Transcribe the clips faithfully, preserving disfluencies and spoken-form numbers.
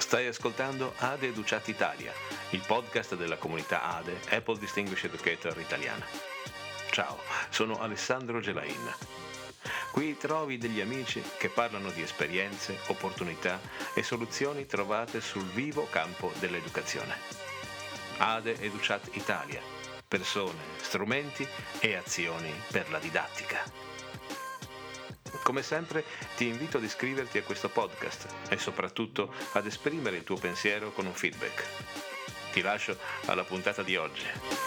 Stai ascoltando ADE Educat Italia, il podcast della comunità ADE, Apple Distinguished Educator italiana. Ciao, sono Alessandro Gelain. Qui trovi degli amici che parlano di esperienze, opportunità e soluzioni trovate sul vivo campo dell'educazione. ADE Educat Italia, persone, strumenti e azioni per la didattica. Come sempre ti invito ad iscriverti a questo podcast e soprattutto ad esprimere il tuo pensiero con un feedback. Ti lascio alla puntata di oggi.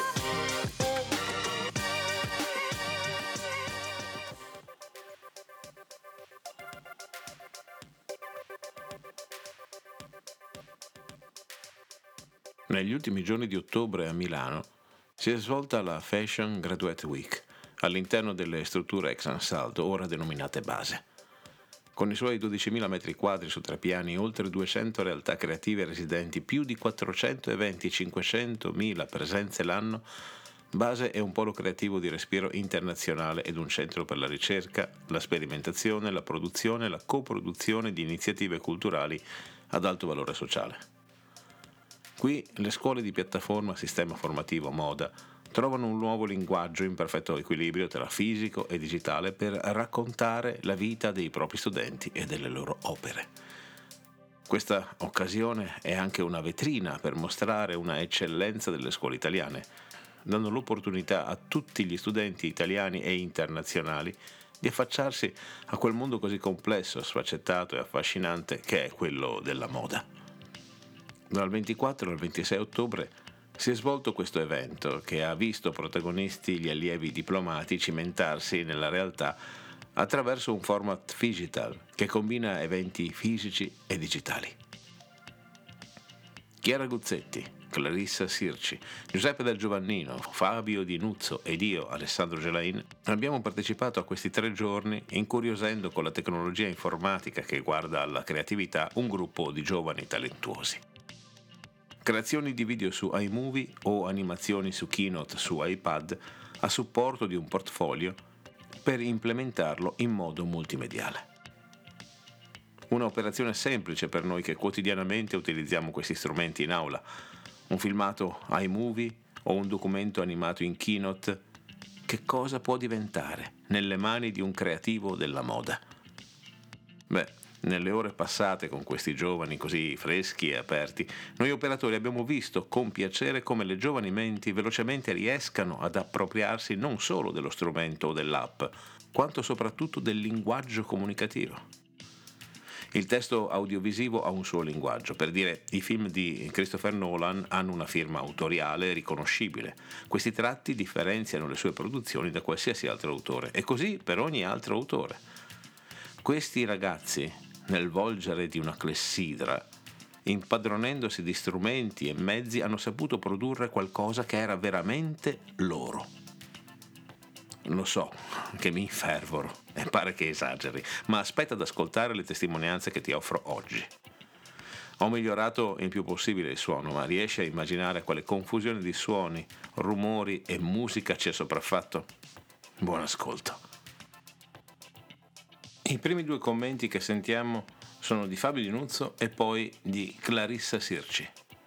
Negli ultimi giorni di ottobre a Milano si è svolta la Fashion Graduate Week all'interno delle strutture ex Ansaldo, ora denominate Base. Con i suoi dodicimila metri quadri su tre piani, oltre duecento realtà creative residenti, più di quattrocento eventi, cinquecentomila presenze l'anno, Base è un polo creativo di respiro internazionale ed un centro per la ricerca, la sperimentazione, la produzione e la coproduzione di iniziative culturali ad alto valore sociale. Qui le scuole di piattaforma, sistema formativo, moda trovano un nuovo linguaggio in perfetto equilibrio tra fisico e digitale per raccontare la vita dei propri studenti e delle loro opere. Questa occasione è anche una vetrina per mostrare una eccellenza delle scuole italiane, dando l'opportunità a tutti gli studenti italiani e internazionali di affacciarsi a quel mondo così complesso, sfaccettato e affascinante che è quello della moda. Dal ventiquattro al ventisei ottobre si è svolto questo evento che ha visto protagonisti gli allievi diplomati cimentarsi nella realtà attraverso un format digital che combina eventi fisici e digitali. Chiara Guzzetti, Clarissa Sirci, Giuseppe Del Giovannino, Fabio Di Nuzzo ed io, Alessandro Gelain, abbiamo partecipato a questi tre giorni incuriosendo con la tecnologia informatica che guarda alla creatività un gruppo di giovani talentuosi. Creazioni di video su iMovie o animazioni su Keynote su iPad a supporto di un portfolio per implementarlo in modo multimediale. Un'operazione semplice per noi che quotidianamente utilizziamo questi strumenti in aula. Un filmato iMovie o un documento animato in Keynote, che cosa può diventare nelle mani di un creativo della moda? Beh, nelle ore passate con questi giovani così freschi e aperti, noi operatori abbiamo visto con piacere come le giovani menti velocemente riescano ad appropriarsi non solo dello strumento o dell'app, quanto soprattutto del linguaggio comunicativo. Il testo audiovisivo ha un suo linguaggio, per dire i film di Christopher Nolan hanno una firma autoriale riconoscibile. Questi tratti differenziano le sue produzioni da qualsiasi altro autore e così per ogni altro autore. Questi ragazzi, nel volgere di una clessidra, impadronendosi di strumenti e mezzi, hanno saputo produrre qualcosa che era veramente loro. Lo so che mi infervoro e pare che esageri, ma aspetta ad ascoltare le testimonianze che ti offro oggi. Ho migliorato il più possibile il suono, ma riesci a immaginare quale confusione di suoni, rumori e musica ci è sopraffatto? Buon ascolto. I primi due commenti che sentiamo sono di Fabio Di Nuzzo e poi di Clarissa Sirci.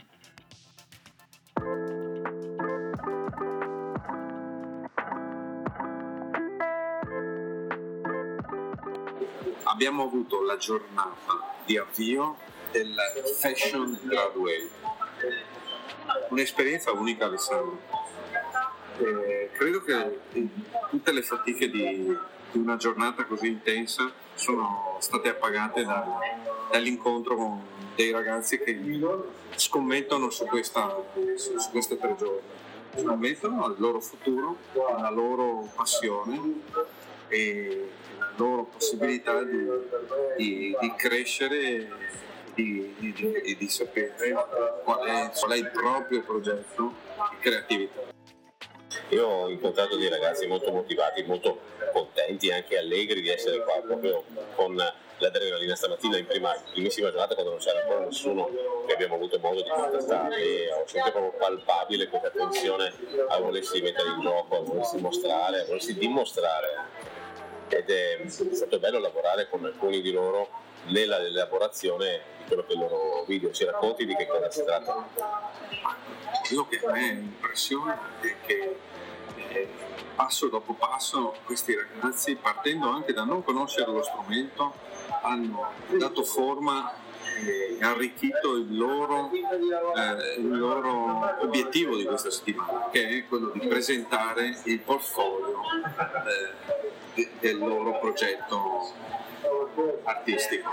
Abbiamo avuto la giornata di avvio del Fashion Graduate, un'esperienza unica, Alessandro. Eh, credo che tutte le fatiche di di una giornata così intensa sono state appagate da, dall'incontro con dei ragazzi che scommettono su, questa, su, su queste tre giorni, scommettono al loro futuro, alla loro passione e alla loro possibilità di, di, di crescere e di, di, di, di sapere qual è, qual è il proprio progetto di creatività. Io ho incontrato dei ragazzi molto motivati, molto contenti e anche allegri di essere qua, proprio con l'adrenalina. Stamattina in prima, primissima giornata, quando non c'era ancora nessuno che abbiamo avuto modo di contattarli, ho sentito proprio palpabile questa tensione a volersi mettere in gioco, a volersi mostrare, a volersi dimostrare. Ed è stato bello lavorare con alcuni di loro nell'elaborazione di quello che è il loro video. Ci racconti di che cosa si tratta? Quello che a me impressiona è che eh, passo dopo passo questi ragazzi, partendo anche da non conoscere lo strumento, hanno dato forma e arricchito il loro, eh, il loro obiettivo di questa settimana, che è quello di presentare il portfolio eh, de- del loro progetto artistico.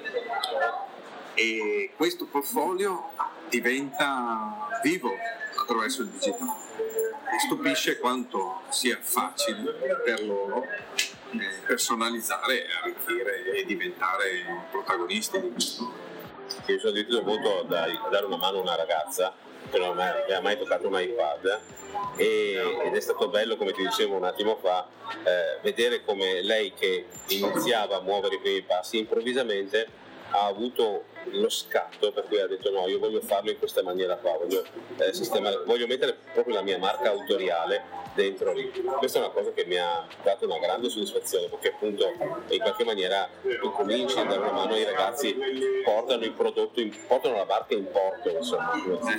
E questo portfolio diventa vivo attraverso il digitale e stupisce quanto sia facile per loro eh, personalizzare, arricchire e diventare protagonisti di questo. Io sono addirittura molto da dare una mano a una ragazza che non ha mai toccato un iPad e, ed è stato bello, come ti dicevo un attimo fa, eh, vedere come lei, che iniziava a muovere i primi passi, improvvisamente ha avuto lo scatto per cui ha detto no, io voglio farlo in questa maniera qua, voglio, eh, sistemare, voglio mettere proprio la mia marca autoriale dentro lì. Questa è una cosa che mi ha dato una grande soddisfazione, perché appunto in qualche maniera tu cominci a dare una mano ai ragazzi, portano il prodotto, in, portano la barca in porto, insomma.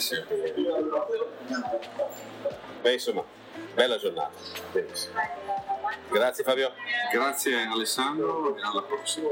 Beh, insomma, bella giornata. Benissimo. Grazie Fabio. Grazie Alessandro e alla prossima.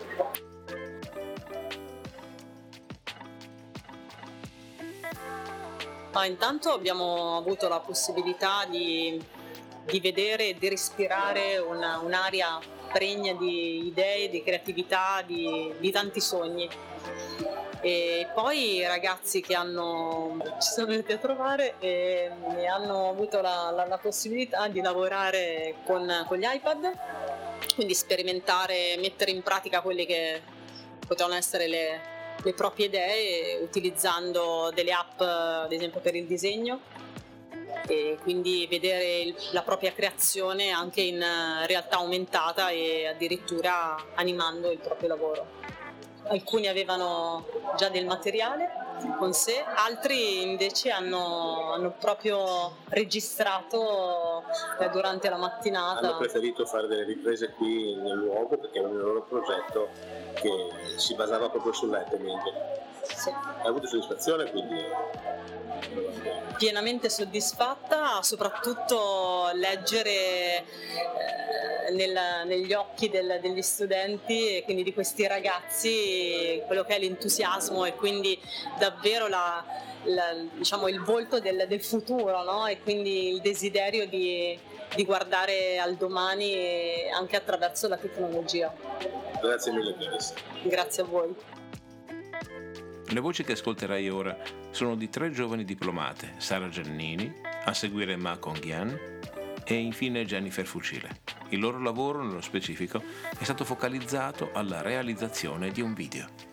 Ah, intanto abbiamo avuto la possibilità di, di vedere e di respirare una, un'aria pregna di idee, di creatività, di, di tanti sogni. E poi i ragazzi che hanno, ci sono venuti a trovare e, e hanno avuto la, la, la possibilità di lavorare con, con gli iPad, quindi sperimentare, mettere in pratica quelle che potevano essere le le proprie idee utilizzando delle app ad esempio per il disegno, e quindi vedere il, la propria creazione anche in realtà aumentata e addirittura animando il proprio lavoro. Alcuni avevano già del materiale con sé, altri invece hanno, hanno proprio registrato eh, durante la mattinata. Hanno preferito fare delle riprese qui nel luogo perché era un loro progetto che si basava proprio sull'elemento. Sì. Hai avuto soddisfazione, quindi? Pienamente soddisfatta, soprattutto leggere eh, nel, negli occhi del, degli studenti e quindi di questi ragazzi quello che è l'entusiasmo e quindi davvero la, la, diciamo, il volto del, del futuro, no? E quindi il desiderio di, di guardare al domani anche attraverso la tecnologia. Grazie mille Chris. Grazie a voi. Le voci che ascolterai ora sono di tre giovani diplomate, Sara Giannini, a seguire Ma Conghian e infine Jennifer Fucile. Il loro lavoro, nello specifico, è stato focalizzato alla realizzazione di un video.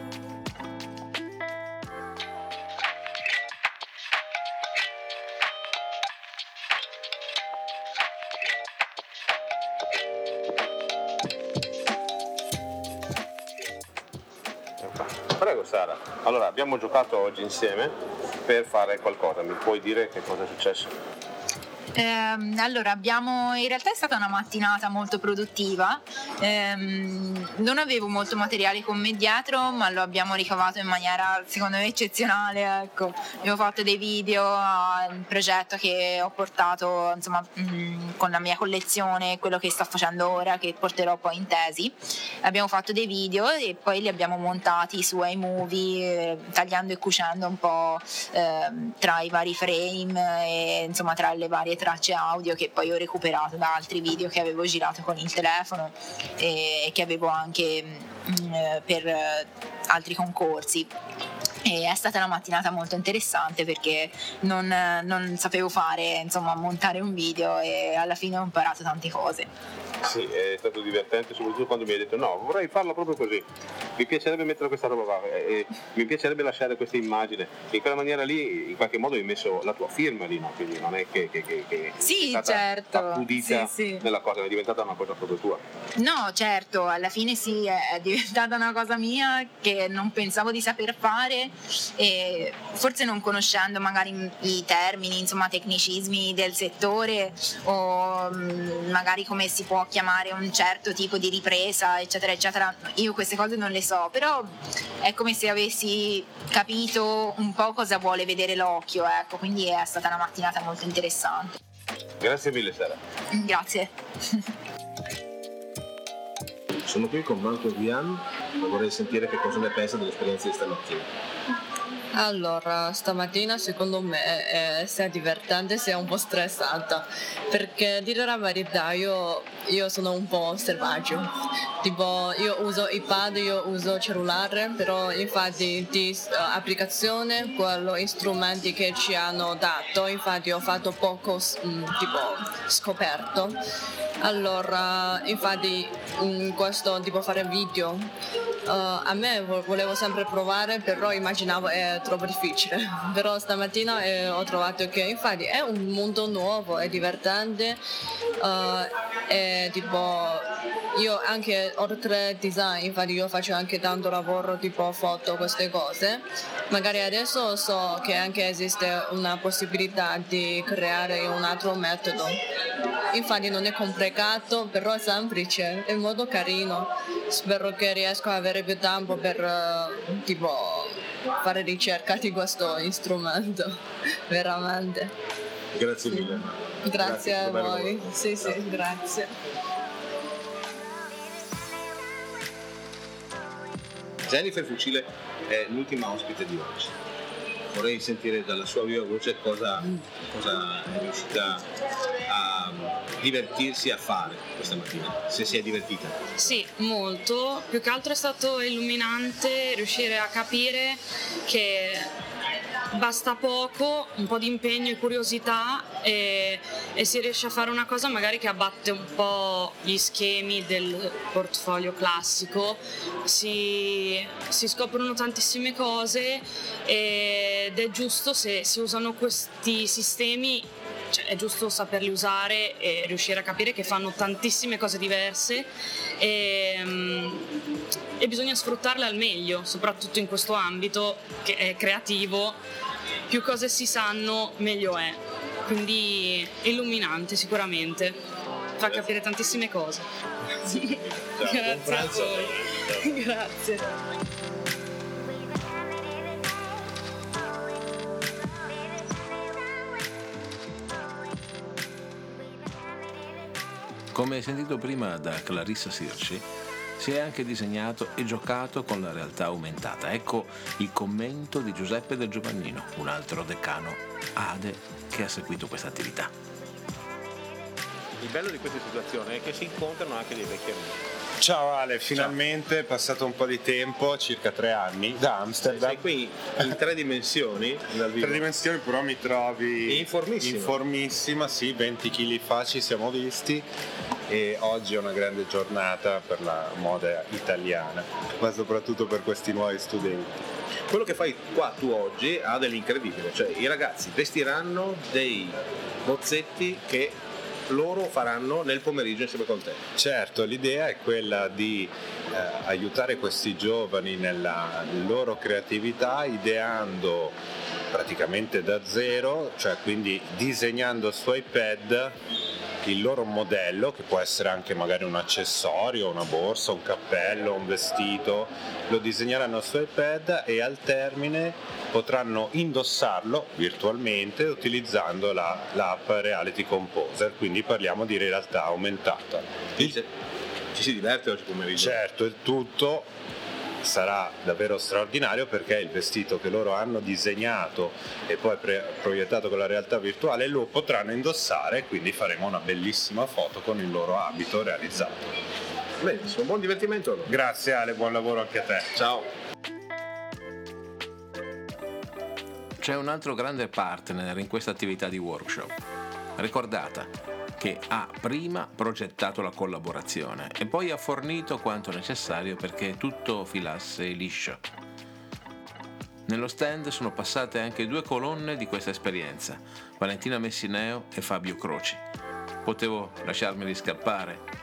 Prego Sara. Allora, abbiamo giocato oggi insieme per fare qualcosa. Mi puoi dire che cosa è successo? Eh, allora abbiamo, in realtà è stata una mattinata molto produttiva, eh, non avevo molto materiale con me dietro, ma lo abbiamo ricavato in maniera secondo me eccezionale, ecco. Abbiamo fatto dei video, un progetto che ho portato insomma mh, con la mia collezione, quello che sto facendo ora, che porterò poi in tesi. Abbiamo fatto dei video e poi li abbiamo montati su iMovie, eh, tagliando e cucendo un po' eh, tra i vari frame e insomma tra le varie tracce audio che poi ho recuperato da altri video che avevo girato con il telefono e che avevo anche mh, per eh, altri concorsi. E è stata una mattinata molto interessante perché non, non sapevo fare, insomma, montare un video e alla fine ho imparato tante cose. Sì, è stato divertente soprattutto quando mi hai detto no, vorrei farlo proprio così. mi piacerebbe mettere questa roba qua, eh, mi piacerebbe lasciare questa immagine, in quella maniera lì in qualche modo hai messo la tua firma lì, no? Quindi non è che, che, che, che sì, è stata certo. accudita sì, sì. nella cosa, è diventata una cosa proprio tua. No, certo, alla fine sì, è diventata una cosa mia che non pensavo di saper fare, e forse non conoscendo magari i termini, insomma, tecnicismi del settore, o magari come si può chiamare un certo tipo di ripresa, eccetera eccetera, io queste cose non le so, però è come se avessi capito un po' cosa vuole vedere l'occhio, ecco, quindi è stata una mattinata molto interessante. Grazie mille Sara. Grazie. Sono qui con Marco Vian e vorrei sentire che cosa ne pensa dell'esperienza di stamattina. Allora, stamattina secondo me è sia divertente sia un po' stressante, perché dire la verità io, io sono un po' selvaggio, tipo io uso iPad, io uso cellulare, però infatti di uh, applicazione, quello strumenti che ci hanno dato, infatti ho fatto poco um, tipo scoperto. Allora, infatti in questo tipo fare video uh, a me volevo sempre provare, però immaginavo è troppo difficile. Però stamattina eh, ho trovato che infatti è un mondo nuovo, è divertente, uh, e tipo io anche oltre design, infatti io faccio anche tanto lavoro tipo foto, queste cose. Magari adesso so che anche esiste una possibilità di creare un altro metodo. Infatti non è complicato, però è semplice, è molto carino. Spero che riesco ad avere più tempo per uh, tipo fare ricerca di questo strumento, veramente. Grazie mille. Grazie, grazie a voi. Lavoro. Sì, sì, grazie. Jennifer Fucile è l'ultima ospite di oggi. Vorrei sentire dalla sua viva voce cosa, cosa è riuscita a divertirsi a fare questa mattina, se si è divertita. Sì, molto. Più che altro è stato illuminante riuscire a capire che basta poco, un po' di impegno e curiosità e, e si riesce a fare una cosa magari che abbatte un po' gli schemi del portfolio classico, si, si scoprono tantissime cose ed è giusto, se si usano questi sistemi, cioè è giusto saperli usare e riuscire a capire che fanno tantissime cose diverse e, e bisogna sfruttarle al meglio, soprattutto in questo ambito che è creativo. Più cose si sanno, meglio è. Quindi illuminante sicuramente. Fa capire tantissime cose. Grazie a voi. Grazie. Come hai sentito prima da Clarissa Sirci, si è anche disegnato e giocato con la realtà aumentata. Ecco il commento di Giuseppe Del Giovannino, un altro decano A D E che ha seguito questa attività. Il bello di questa situazione è che si incontrano anche dei vecchi amici. Ciao Ale, finalmente è passato un po' di tempo, circa tre anni, da Amsterdam. Sei qui in tre dimensioni, dal vivo. Tre dimensioni, però mi trovi informissima. Informissima, sì, venti chili fa ci siamo visti e oggi è una grande giornata per la moda italiana, ma soprattutto per questi nuovi studenti. Quello che fai qua tu oggi ha dell'incredibile, cioè i ragazzi vestiranno dei bozzetti che loro faranno nel pomeriggio insieme con te. Certo, l'idea è quella di eh, aiutare questi giovani nella loro creatività ideando praticamente da zero, cioè quindi disegnando su iPad il loro modello, che può essere anche magari un accessorio, una borsa, un cappello, un vestito, lo disegneranno su iPad e al termine potranno indossarlo virtualmente utilizzando la, l'app Reality Composer, quindi parliamo di realtà aumentata. Il, ci si diverte oggi pomeriggio? Certo, il tutto sarà davvero straordinario perché il vestito che loro hanno disegnato e poi pre- proiettato con la realtà virtuale lo potranno indossare, quindi faremo una bellissima foto con il loro abito realizzato. Benissimo, buon divertimento allora. Grazie Ale, buon lavoro anche a te. Ciao. C'è un altro grande partner in questa attività di workshop. Ricordata, che ha prima progettato la collaborazione e poi ha fornito quanto necessario perché tutto filasse liscio. Nello stand sono passate anche due colonne di questa esperienza, Valentina Messineo e Fabio Croci. Potevo lasciarmeli scappare?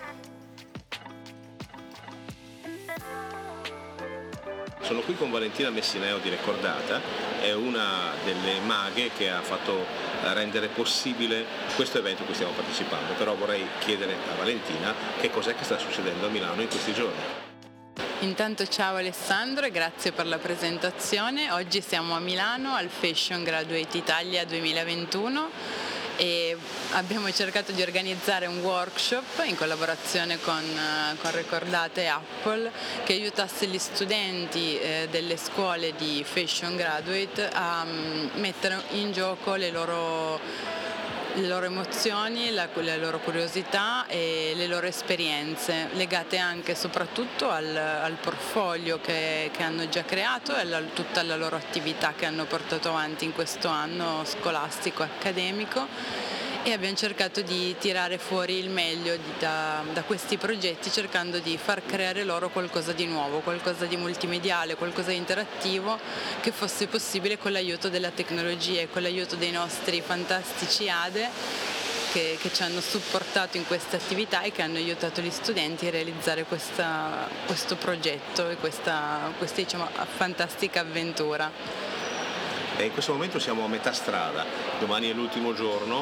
Sono qui con Valentina Messineo di Recordata, è una delle maghe che ha fatto rendere possibile questo evento a cui stiamo partecipando, però vorrei chiedere a Valentina che cos'è che sta succedendo a Milano in questi giorni. Intanto ciao Alessandro e grazie per la presentazione. Oggi siamo a Milano al Fashion Graduate Italia duemilaventuno e abbiamo cercato di organizzare un workshop in collaborazione con, con Recordate e Apple che aiutasse gli studenti eh, delle scuole di Fashion Graduate a um, mettere in gioco le loro le loro emozioni, la, le loro curiosità e le loro esperienze, legate anche e soprattutto al, al portfolio che, che hanno già creato e a tutta la loro attività che hanno portato avanti in questo anno scolastico accademico. E abbiamo cercato di tirare fuori il meglio di, da, da questi progetti, cercando di far creare loro qualcosa di nuovo, qualcosa di multimediale, qualcosa di interattivo che fosse possibile con l'aiuto della tecnologia e con l'aiuto dei nostri fantastici A D E che, che ci hanno supportato in queste attività e che hanno aiutato gli studenti a realizzare questa, questo progetto e questa, questa diciamo, fantastica avventura. E in questo momento siamo a metà strada, domani è l'ultimo giorno,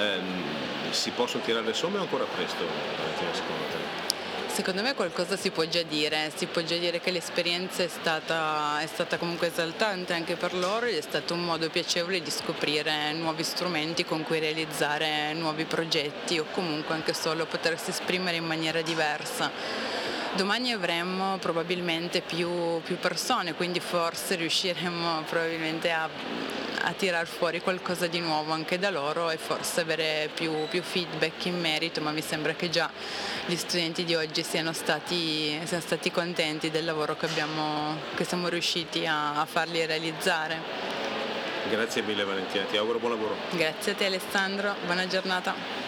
ehm, si possono tirare le somme o ancora presto, Valentina, secondo te? Secondo me qualcosa si può già dire, si può già dire che l'esperienza è stata, è stata comunque esaltante anche per loro ed è stato un modo piacevole di scoprire nuovi strumenti con cui realizzare nuovi progetti o comunque anche solo potersi esprimere in maniera diversa. Domani avremo probabilmente più, più persone, quindi forse riusciremo probabilmente a, a tirar fuori qualcosa di nuovo anche da loro e forse avere più, più feedback in merito, ma mi sembra che già gli studenti di oggi siano stati, siano stati contenti del lavoro che, abbiamo, che siamo riusciti a, a farli realizzare. Grazie mille Valentina, ti auguro buon lavoro. Grazie a te Alessandro, buona giornata.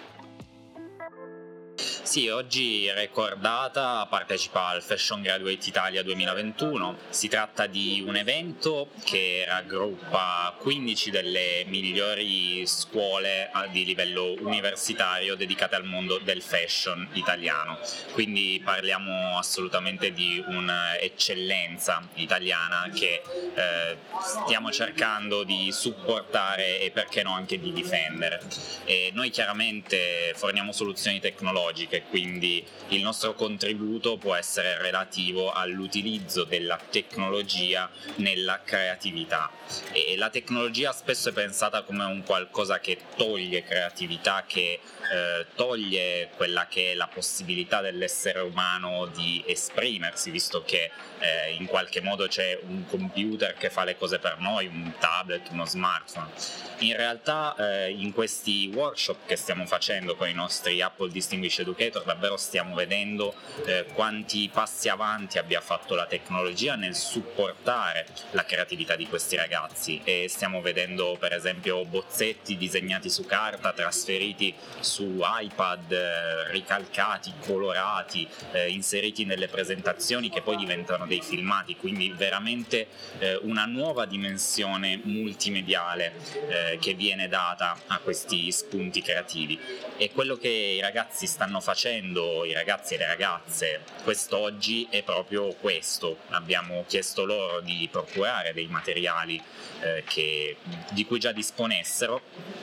Sì, oggi Recordata partecipa al Fashion Graduate Italia duemilaventuno. Si tratta di un evento che raggruppa quindici delle migliori scuole di livello universitario dedicate al mondo del fashion italiano. Quindi parliamo assolutamente di un'eccellenza italiana che eh, stiamo cercando di supportare e perché no anche di difendere. E noi chiaramente forniamo soluzioni tecnologiche, quindi il nostro contributo può essere relativo all'utilizzo della tecnologia nella creatività e la tecnologia spesso è pensata come un qualcosa che toglie creatività, che eh, toglie quella che è la possibilità dell'essere umano di esprimersi, visto che eh, in qualche modo c'è un computer che fa le cose per noi, un tablet, uno smartphone. In realtà eh, in questi workshop che stiamo facendo con i nostri Apple Distinguished Educator davvero stiamo vedendo eh, quanti passi avanti abbia fatto la tecnologia nel supportare la creatività di questi ragazzi e stiamo vedendo per esempio bozzetti disegnati su carta, trasferiti su iPad, eh, ricalcati, colorati, eh, inseriti nelle presentazioni che poi diventano dei filmati, quindi veramente eh, una nuova dimensione multimediale eh, che viene data a questi spunti creativi. E quello che i ragazzi stanno facendo, i ragazzi e le ragazze quest'oggi è proprio questo. Abbiamo chiesto loro di procurare dei materiali eh, che, di cui già disponessero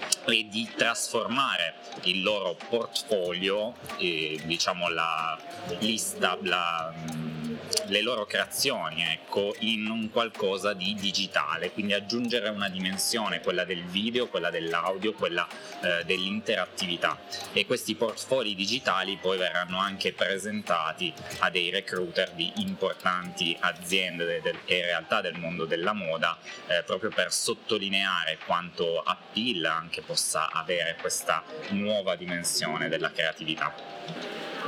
e di trasformare il loro portfolio, eh, diciamo la lista, la le loro creazioni, ecco, in un qualcosa di digitale, quindi aggiungere una dimensione, quella del video, quella dell'audio, quella eh, dell'interattività, e questi portfoli digitali poi verranno anche presentati a dei recruiter di importanti aziende de- de- e realtà del mondo della moda, eh, proprio per sottolineare quanto appeal anche possa avere questa nuova dimensione della creatività.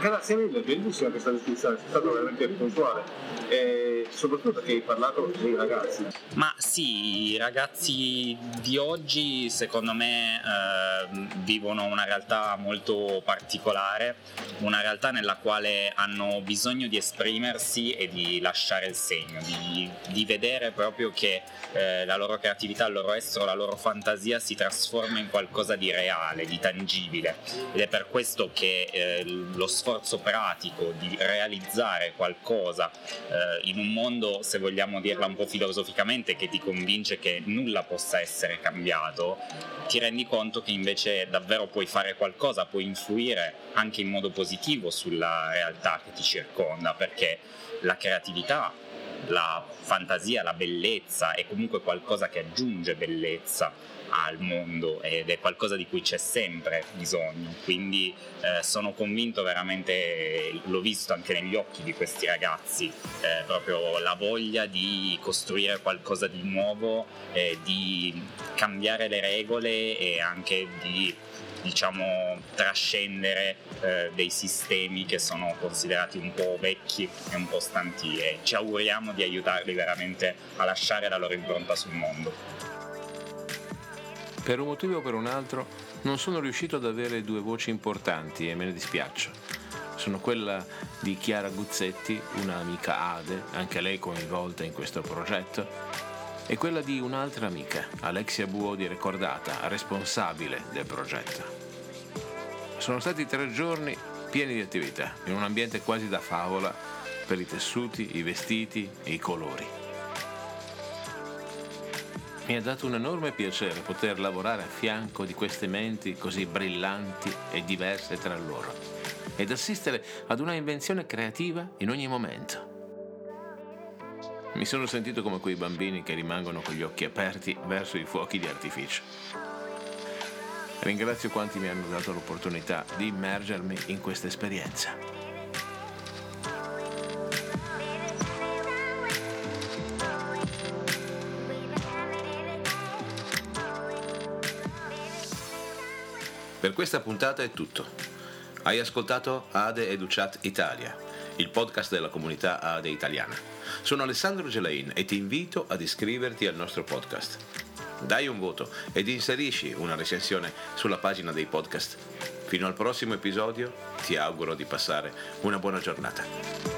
Grazie mille, bellissima questa descrizione, sei stato veramente puntuale e soprattutto perché hai parlato dei ragazzi. Ma sì, i ragazzi di oggi secondo me eh, vivono una realtà molto particolare, una realtà nella quale hanno bisogno di esprimersi e di lasciare il segno, di, di vedere proprio che eh, la loro creatività, il loro estro, la loro fantasia si trasforma in qualcosa di reale, di tangibile, ed è per questo che eh, lo sforzo pratico di realizzare qualcosa eh, in un mondo, se vogliamo dirla un po' filosoficamente, che ti convince che nulla possa essere cambiato, ti rendi conto che invece davvero puoi fare qualcosa, puoi influire anche in modo positivo sulla realtà che ti circonda, perché la creatività, la fantasia, la bellezza è comunque qualcosa che aggiunge bellezza al mondo ed è qualcosa di cui c'è sempre bisogno, quindi eh, sono convinto veramente, l'ho visto anche negli occhi di questi ragazzi, eh, proprio la voglia di costruire qualcosa di nuovo, eh, di cambiare le regole e anche di, diciamo, trascendere eh, dei sistemi che sono considerati un po' vecchi e un po' stanti, e ci auguriamo di aiutarli veramente a lasciare la loro impronta sul mondo. Per un motivo o per un altro non sono riuscito ad avere due voci importanti e me ne dispiaccio. Sono quella di Chiara Guzzetti, un'amica Ade, anche lei coinvolta in questo progetto, e quella di un'altra amica, Alexia Buo di Recordata, responsabile del progetto. Sono stati tre giorni pieni di attività, in un ambiente quasi da favola per i tessuti, i vestiti e i colori. Mi ha dato un enorme piacere poter lavorare a fianco di queste menti così brillanti e diverse tra loro ed assistere ad una invenzione creativa in ogni momento. Mi sono sentito come quei bambini che rimangono con gli occhi aperti verso i fuochi di artificio. Ringrazio quanti mi hanno dato l'opportunità di immergermi in questa esperienza. Per questa puntata è tutto. Hai ascoltato Ade Educat Italia, il podcast della comunità Ade italiana. Sono Alessandro Gelain e ti invito ad iscriverti al nostro podcast. Dai un voto ed inserisci una recensione sulla pagina dei podcast. Fino al prossimo episodio ti auguro di passare una buona giornata.